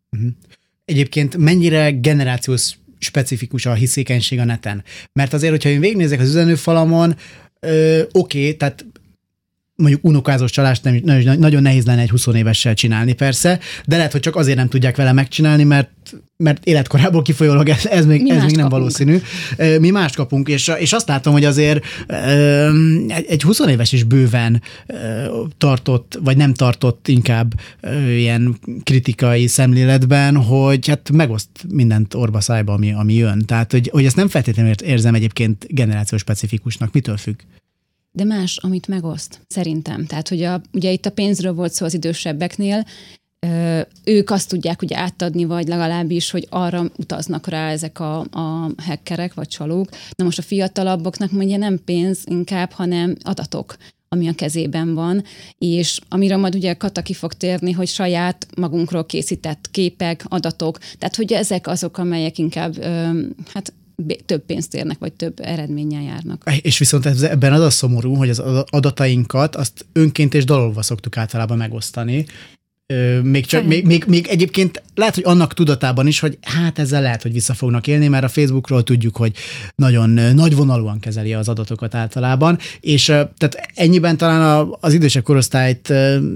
Egyébként mennyire generációs specifikus a hiszékenység a neten? Mert azért, hogyha én végignézek az üzenőfalamon, oké, tehát mondjuk unokázós csalást nagyon nehéz lenne egy 20 évessel csinálni persze, de lehet, hogy csak azért nem tudják vele megcsinálni, mert életkorából kifolyólag ez még nem valószínű. Mi mást kapunk, és azt látom, hogy azért egy 20 éves is bőven tartott, vagy nem tartott inkább ilyen kritikai szemléletben, hogy hát megoszt mindent orba szájba, ami jön. Tehát, hogy ezt nem feltétlenül érzem egyébként generációs specifikusnak. Mitől függ? de más, amit megoszt, szerintem. Tehát, hogy ugye itt a pénzről volt szó az idősebbeknél, ők azt tudják ugye átadni, vagy legalábbis, hogy arra utaznak rá ezek a hackerek, vagy csalók. Na most a fiatalabbaknak ugye nem pénz inkább, hanem adatok, ami a kezében van, és amire majd ugye Kata ki fog térni, hogy saját magunkról készített képek, adatok, tehát hogy ezek azok, amelyek inkább több pénzt érnek, vagy több eredménnyel járnak. És viszont ebben az a szomorú, hogy az adatainkat azt önként és dalolva szoktuk általában megosztani. Még egyébként lehet, hogy annak tudatában is, hogy hát ezzel lehet, hogy vissza fognak élni, mert a Facebookról tudjuk, hogy nagyon nagyvonalúan kezeli az adatokat általában, és tehát ennyiben talán az idősebb korosztályt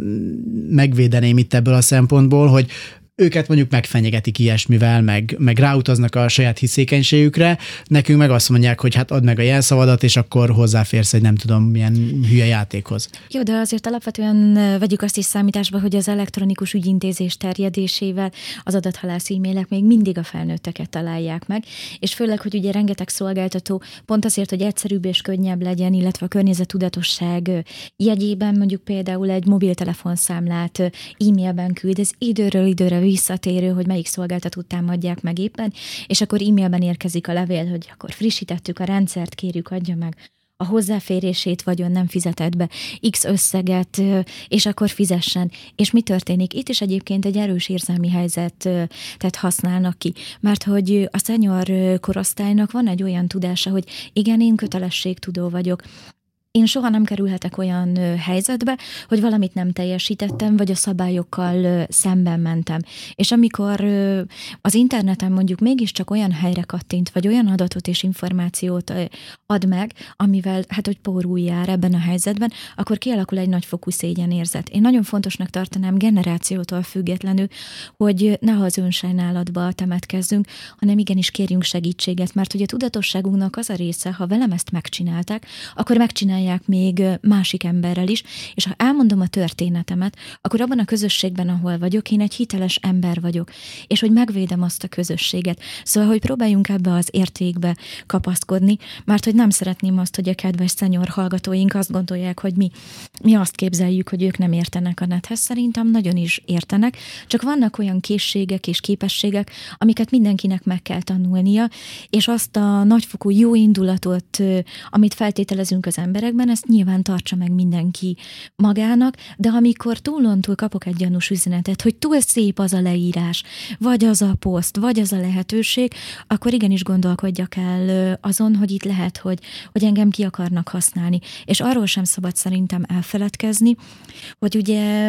megvédeném itt ebből a szempontból, hogy őket mondjuk megfenyegetik ilyesmivel, meg ráutaznak a saját hiszékenységükre, nekünk meg azt mondják, hogy hát add meg a jelszavadat, és akkor hozzáférsz egy nem tudom milyen hülye játékhoz. Jó, de azért alapvetően vegyük azt is számításba, hogy az elektronikus ügyintézés terjedésével az adathalász e-mailek még mindig a felnőtteket találják meg, és főleg, hogy ugye rengeteg szolgáltató pont azért, hogy egyszerűbb és könnyebb legyen, illetve a környezettudatosság jegyében mondjuk például egy mobiltelefonszámlát e-mailben küld, ez időről időre visszatérő, hogy melyik szolgáltatót támadják meg éppen, és akkor e-mailben érkezik a levél, hogy akkor frissítettük a rendszert, kérjük, adja meg a hozzáférését, vagyon nem fizetett be X összeget, és akkor fizessen. És mi történik? Itt is egyébként egy erős érzelmi helyzetet használnak ki, mert hogy a senior korosztálynak van egy olyan tudása, hogy igen, én kötelességtudó vagyok, én soha nem kerülhetek olyan helyzetbe, hogy valamit nem teljesítettem, vagy a szabályokkal szemben mentem. És amikor az interneten mondjuk mégiscsak olyan helyre kattint, vagy olyan adatot és információt ad meg, amivel hogy pórul jár ebben a helyzetben, akkor kialakul egy nagyfokú szégyenérzet. Én nagyon fontosnak tartanám generációtól függetlenül, hogy ne az önsajnálatba temetkezzünk, hanem igenis kérjünk segítséget, mert hogy a tudatosságunknak az a része, ha velem ezt megcsinálták, akkor megcsinálják még másik emberrel is, és ha elmondom a történetemet, akkor abban a közösségben, ahol vagyok, én egy hiteles ember vagyok, és hogy megvédem azt a közösséget. Szóval, hogy próbáljunk ebbe az értékbe kapaszkodni, mert hogy nem szeretném azt, hogy a kedves senior hallgatóink azt gondolják, hogy mi azt képzeljük, hogy ők nem értenek a nethez. Szerintem nagyon is értenek, csak vannak olyan készségek és képességek, amiket mindenkinek meg kell tanulnia, és azt a nagyfokú jó indulatot, amit feltételezünk az emberekben, ezt nyilván tartsa meg mindenki magának, de amikor túlontúl kapok egy gyanús üzenetet, hogy túl szép az a leírás, vagy az a poszt, vagy az a lehetőség, akkor igenis gondolkodjak el azon, hogy itt lehet, hogy engem ki akarnak használni. És arról sem szabad szerintem elfeledkezni, hogy ugye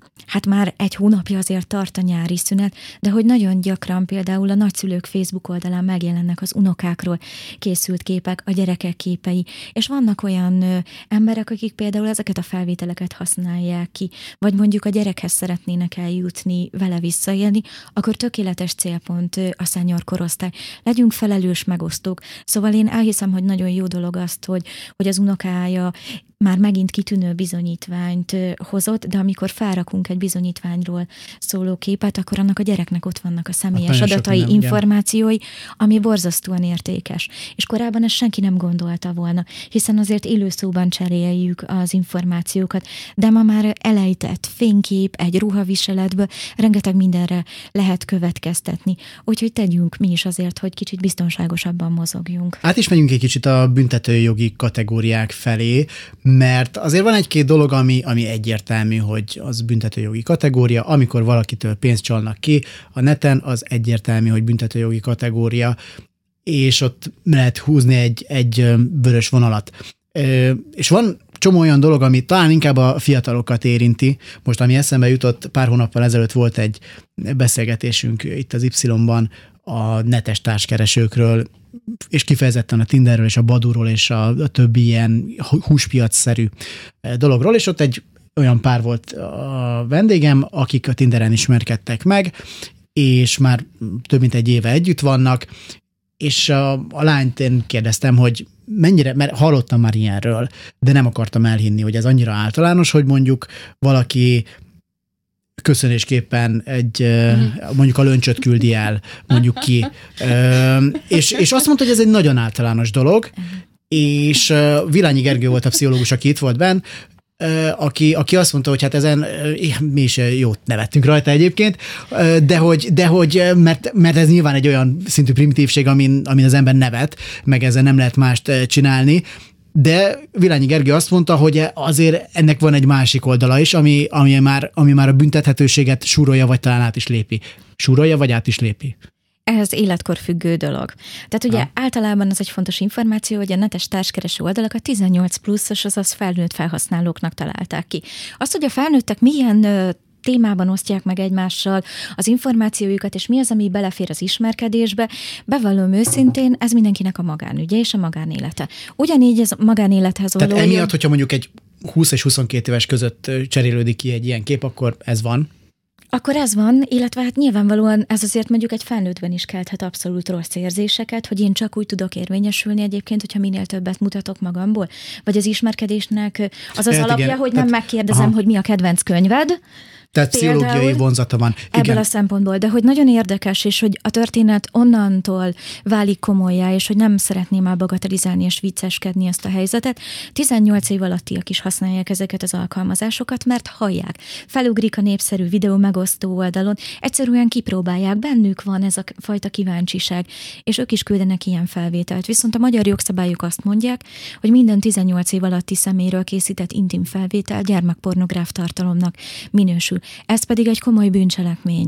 már egy hónapja azért tart a nyári szünet, de hogy nagyon gyakran például a nagyszülők Facebook oldalán megjelennek az unokákról készült képek, a gyerekek képei, és vannak olyan emberek, akik például ezeket a felvételeket használják ki, vagy mondjuk a gyerekhez szeretnének eljutni, vele visszaélni, akkor tökéletes célpont a senior korosztály. Legyünk felelős megosztók. Szóval én elhiszem, hogy nagyon jó dolog azt, hogy az unokája már megint kitűnő bizonyítványt hozott, de amikor felrakunk egy bizonyítványról szóló képet, akkor annak a gyereknek ott vannak a személyes adatai, információi, ami borzasztóan értékes. És korábban ezt senki nem gondolta volna, hiszen azért élőszóban cseréljük az információkat, de ma már elejtett fénykép, egy ruhaviseletből rengeteg mindenre lehet következtetni. Úgyhogy tegyünk mi is azért, hogy kicsit biztonságosabban mozogjunk. Át is megyünk egy kicsit a büntetőjogi kategóriák felé, mert azért van egy-két dolog, ami egyértelmű, hogy az büntetőjogi kategória, amikor valakitől pénzt csalnak ki a neten, az egyértelmű, hogy büntetőjogi kategória, és ott lehet húzni egy vörös vonalat. És van csomó olyan dolog, ami talán inkább a fiatalokat érinti. Most, ami eszembe jutott, pár hónappal ezelőtt volt egy beszélgetésünk itt az Y-ban a netes társkeresőkről, és kifejezetten a Tinderről és a Badooról és a többi ilyen húspiac-szerű dologról, és ott egy olyan pár volt a vendégem, akik a Tinderen ismerkedtek meg, és már több mint egy éve együtt vannak, és a lányt én kérdeztem, hogy mennyire, mert hallottam már ilyenről, de nem akartam elhinni, hogy ez annyira általános, hogy mondjuk valaki köszönésképpen mondjuk a löncsöt küldi el, mondjuk ki. És azt mondta, hogy ez egy nagyon általános dolog, és Villányi Gergő volt a pszichológus, aki itt volt benn, aki azt mondta, hogy hát ezen mi is jót nevettünk rajta egyébként, de hogy mert ez nyilván egy olyan szintű primitívség, amin az ember nevet, meg ezzel nem lehet mást csinálni, de Villányi Gergő azt mondta, hogy azért ennek van egy másik oldala is, ami már a büntethetőséget súrolja, vagy talán át is lépi. Súrolja, vagy át is lépi? Ez életkor függő dolog. Tehát ugye általában az egy fontos információ, hogy a netes társkereső oldalakat 18 pluszos, azaz felnőtt felhasználóknak találták ki. Azt, hogy a felnőttek milyen témában osztják meg egymással az információjukat, és mi az, ami belefér az ismerkedésbe, bevallom őszintén, ez mindenkinek a magánügye és a magánélete. Ugyanígy ez a magánélethez való. Tehát emiatt, hogyha mondjuk egy 20 és 22 éves között cserélődik ki egy ilyen kép, akkor ez van? Akkor ez van, illetve hát nyilvánvalóan ez azért mondjuk egy felnőttben is kelthet abszolút rossz érzéseket, hogy én csak úgy tudok érvényesülni egyébként, hogyha minél többet mutatok magamból. Vagy az ismerkedésnek az alapja, igen, hogy nem megkérdezem, hogy mi a kedvenc könyved. Tehát pszichológiai vonzata van. Igen. Ebből a szempontból, de hogy nagyon érdekes, és hogy a történet onnantól válik komolyá, és hogy nem szeretném már bagatelizálni és vicceskedni ezt a helyzetet. 18 év alattiak is használják ezeket az alkalmazásokat, mert hallják. Felugrik a népszerű videó megosztó oldalon, egyszerűen kipróbálják, bennük van ez a fajta kíváncsiság, és ők is küldenek ilyen felvételt. Viszont a magyar jogszabályok azt mondják, hogy minden 18 év alatti személyről készített intim felvétel gyermekpornográf tartalomnak minősül. Ez pedig egy komoly bűncselekmény,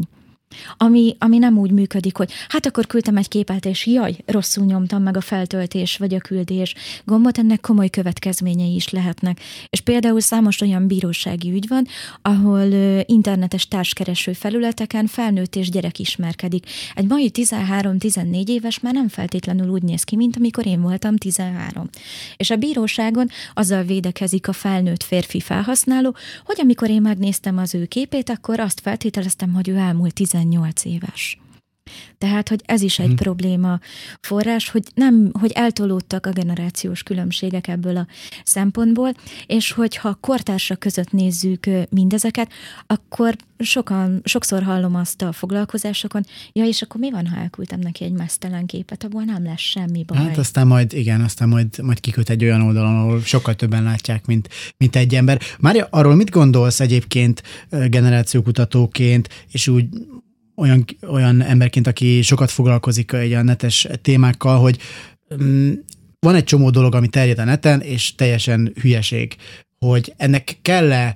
ami nem úgy működik, hogy hát akkor küldtem egy képet, és jaj, rosszul nyomtam meg a feltöltés vagy a küldés gombot, ennek komoly következményei is lehetnek. És például számos olyan bírósági ügy van, ahol internetes társkereső felületeken felnőtt és gyerek ismerkedik. Egy mai 13-14 éves már nem feltétlenül úgy néz ki, mint amikor én voltam 13. És a bíróságon azzal védekezik a felnőtt férfi felhasználó, hogy amikor én megnéztem az ő képét, akkor azt feltételeztem, hogy ő elmúlt 18 éves. Tehát, hogy ez is egy probléma forrás, hogy eltolódtak a generációs különbségek ebből a szempontból, és hogyha kortársak között nézzük mindezeket, akkor sokszor hallom azt a foglalkozásokon, ja, és akkor mi van, ha elküldtem neki egy meztelen képet, abból nem lesz semmi baj. Hát aztán majd kiköt egy olyan oldalon, ahol sokkal többen látják, mint egy ember. Mária, arról mit gondolsz egyébként generációkutatóként, és úgy olyan emberként, aki sokat foglalkozik a netes témákkal, hogy van egy csomó dolog, ami terjed a neten, és teljesen hülyeség, hogy ennek kell-e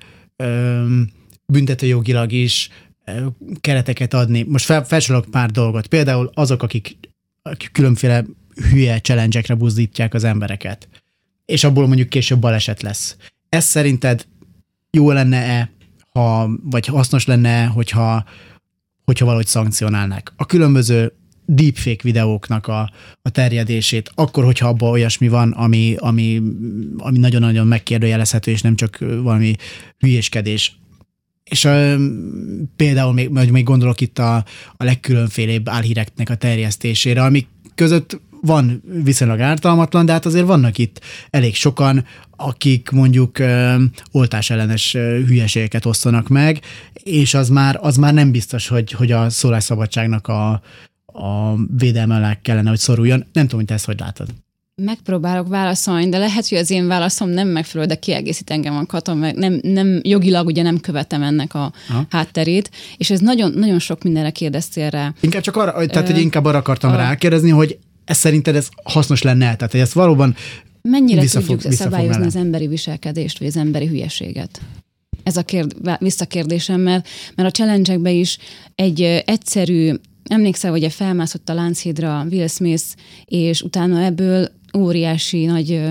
büntetőjogilag is kereteket adni. Most felsorolok pár dolgot. Például azok, akik különféle hülye challenge-ekre buzdítják az embereket, és abból mondjuk később baleset lesz. Ez szerinted jó lenne-e, vagy hasznos lenne, hogyha valahogy szankcionálnák a különböző deepfake videóknak a terjedését, akkor, hogyha abban olyasmi van, ami nagyon-nagyon megkérdőjelezhető, és nem csak valami hülyéskedés. És például még gondolok itt a legkülönfélébb álhíreknek a terjesztésére, amik között van viszonylag ártalmatlan, de hát azért vannak itt elég sokan, akik mondjuk oltásellenes hülyeségeket osztanak meg, és az már nem biztos, hogy a szólásszabadságnak a védelme alá kellene, hogy szoruljon. Nem tudom, hogy te ezt hogy látod. Megpróbálok válaszolni, de lehet, hogy az én válaszom nem megfelelő, de kiegészít engem a Katon, meg nem jogilag ugye nem követem ennek a hátterét, és ez nagyon, nagyon sok mindenre kérdeztél rá. Inkább csak arra, hogy inkább arra akartam rákérdezni, hogy szerinted ez hasznos lenne? Tehát, hogy ezt valóban mennyire tudjuk szabályozni az emberi viselkedést, vagy az emberi hülyeséget? Ez a visszakérdésem, mert a challenge-ekben is egy egyszerű, emlékszel, hogy felmászott a Lánchídra Will Smith, és utána ebből óriási nagy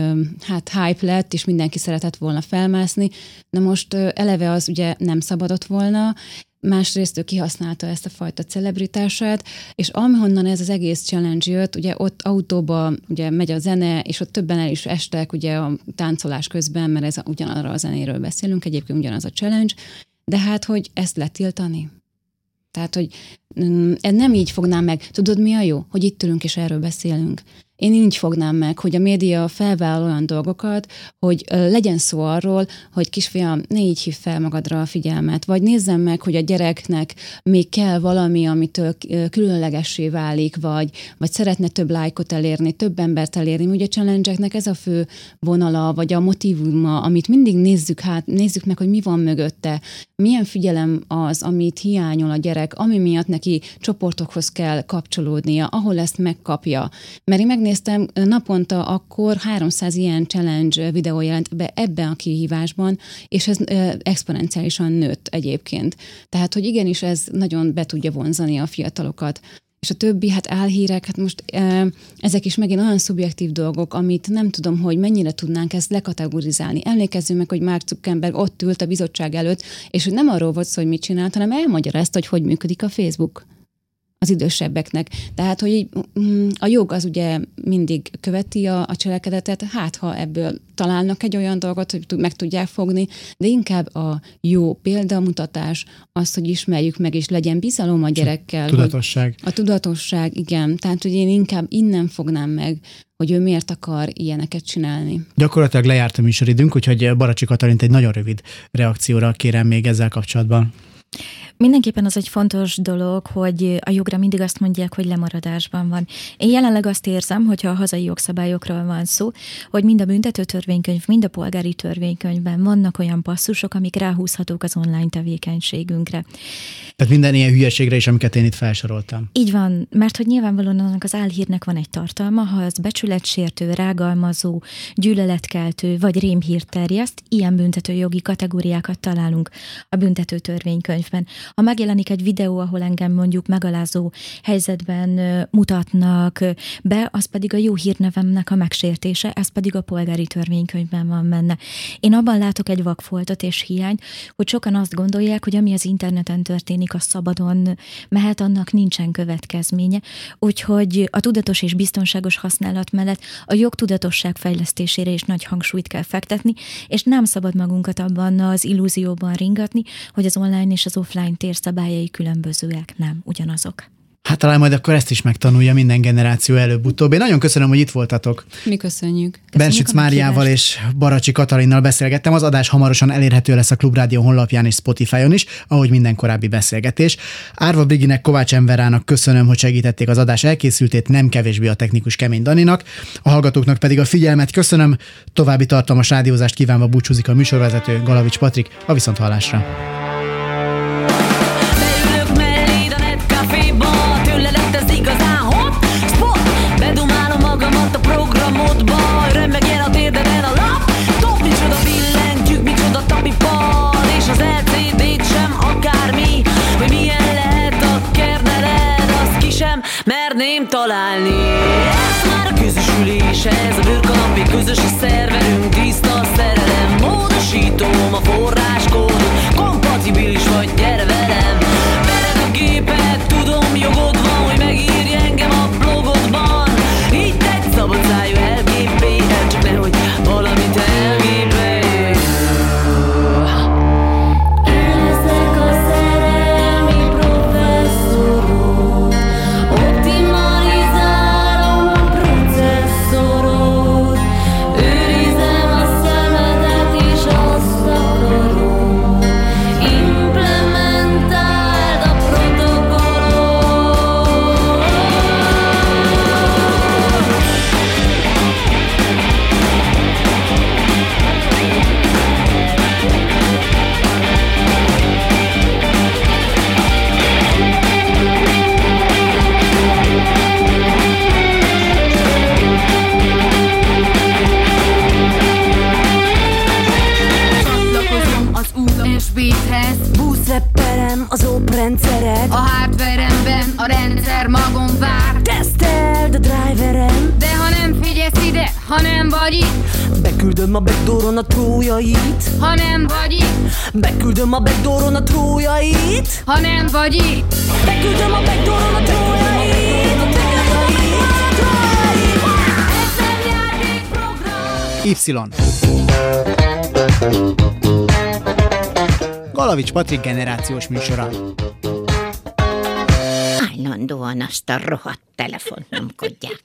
hype lett, és mindenki szeretett volna felmászni. Na most eleve az ugye nem szabadott volna, másrészt ő kihasználta ezt a fajta celebritását, és amihonnan ez az egész challenge jött, ugye ott autóba ugye megy a zene, és ott többen el is estek ugye a táncolás közben, mert ez ugyanarra a zenéről beszélünk, egyébként ugyanaz a challenge, de hát, hogy ezt letiltani? Tehát, hogy nem így fognám meg. Tudod, mi a jó? Hogy itt ülünk és erről beszélünk. Én így fognám meg, hogy a média felvállal olyan dolgokat, hogy legyen szó arról, hogy kisfiam, ne így hív fel magadra a figyelmet, vagy nézzem meg, hogy a gyereknek még kell valami, amitől különlegessé válik, vagy szeretne több lájkot elérni, több embert elérni. Ugye a challenge-eknek ez a fő vonala, vagy a motívuma, amit mindig nézzük meg, hogy mi van mögötte, milyen figyelem az, amit hiányol a gyerek, ami miatt neki csoportokhoz kell kapcsolódnia, ahol ezt megkapja. Mert én megnéztem, naponta akkor 300 ilyen challenge videó jelent be ebben a kihívásban, és ez exponenciálisan nőtt egyébként. Tehát, hogy igenis ez nagyon be tudja vonzani a fiatalokat. És a többi, álhírek, most ezek is megint olyan szubjektív dolgok, amit nem tudom, hogy mennyire tudnánk ezt lekategorizálni. Emlékezzünk meg, hogy Mark Zuckerberg ott ült a bizottság előtt, és hogy nem arról volt szó, hogy mit csinált, hanem elmagyarázta, hogy működik a Facebook az idősebbeknek. Tehát, hogy a jog az ugye mindig követi a cselekedetet, ha ebből találnak egy olyan dolgot, hogy meg tudják fogni, de inkább a jó példamutatás, az, hogy ismerjük meg, és legyen bizalom a gyerekkel. Tudatosság. A tudatosság, igen. Tehát, hogy én inkább innen fognám meg, hogy ő miért akar ilyeneket csinálni. Gyakorlatilag lejárt a műsoridőnk, úgyhogy Baracsi Katalint egy nagyon rövid reakcióra kérem még ezzel kapcsolatban. Mindenképpen az egy fontos dolog, hogy a jogra mindig azt mondják, hogy lemaradásban van. Én jelenleg azt érzem, hogyha a hazai jogszabályokról van szó, hogy mind a büntetőtörvénykönyv, mind a polgári törvénykönyvben vannak olyan passzusok, amik ráhúzhatók az online tevékenységünkre. Tehát minden ilyen hülyeségre is, amiket én itt felsoroltam. Így van, mert hogy nyilvánvalóan annak az álhírnek van egy tartalma, ha az becsületsértő, rágalmazó, gyűlöletkeltő vagy rémhírt terjeszt, ilyen büntetőjogi kategóriákat találunk a büntetőtörvénykönyvben. Ha megjelenik egy videó, ahol engem mondjuk megalázó helyzetben mutatnak be, az pedig a jó hírnevemnek a megsértése, ez pedig a polgári törvénykönyvben van benne. Én abban látok egy vakfoltot és hiányt, hogy sokan azt gondolják, hogy ami az interneten történik, az szabadon mehet, annak nincsen következménye. Úgyhogy a tudatos és biztonságos használat mellett a jogtudatosság fejlesztésére is nagy hangsúlyt kell fektetni, és nem szabad magunkat abban az illúzióban ringatni, hogy az online és az offline tér szabályai különbözőek, nem ugyanazok. Talán majd akkor ezt is megtanulja minden generáció előbb-utóbb. Én nagyon köszönöm, hogy itt voltatok. Mi köszönjük. Bensic Máriával és Baracsi Katalinnal beszélgettem. Az adás hamarosan elérhető lesz a Klubrádió honlapján és Spotify-on is, ahogy minden korábbi beszélgetés. Árva Briginek, Kovács Enverának köszönöm, hogy segítették az adás elkészültét, nem kevésbé a technikus Kemény Daninak. A hallgatóknak pedig a figyelmet köszönöm. További tartalmas rádiózást kívánva búcsúzik a műsorvezető Galavics Patrik. A viszonthallásra. Igazán hot spot, bedumálom magamat a programodba, rembegjen a térdeden a lap, top, micsoda billentyűk, micsoda tapipar, és az LCD-t sem akármi, hogy milyen lehet a kerneled, azt ki sem merném találni. Ez már a közösülés, ez a bőrkanapé, közös a szerverünk, tiszta a szerelem, módosítom a forráskódot, kompatibilis vagy, gyere velem, veled a gépet, tudom, jogod van, hogy megírj engem a blogodban. Így tett szabadszájú LGPL, csak nehogy valamit elgépelj. Én leszek a szerelmi professzorod, optimalizálom a processzorod, őrizem a szemedet és azt akarom, implementáld a USB-hez, Bootstrap-perem az oprendszerek, a hardveremben a rendszer magon vár. teszteld a driverem, De ha nem figyelsz ide, ha nem vagy itt, beküldöm a backdooron a trójait, ha nem vagy itt, beküldöm a backdooron a trójait, ha nem vagy itt, beküldöm a backdooron a trójait, a trójait. ez nem játékprogram. Y. Galavics Patrik generációs műsora. Állandóan azt a rohadt telefont nyomkodják.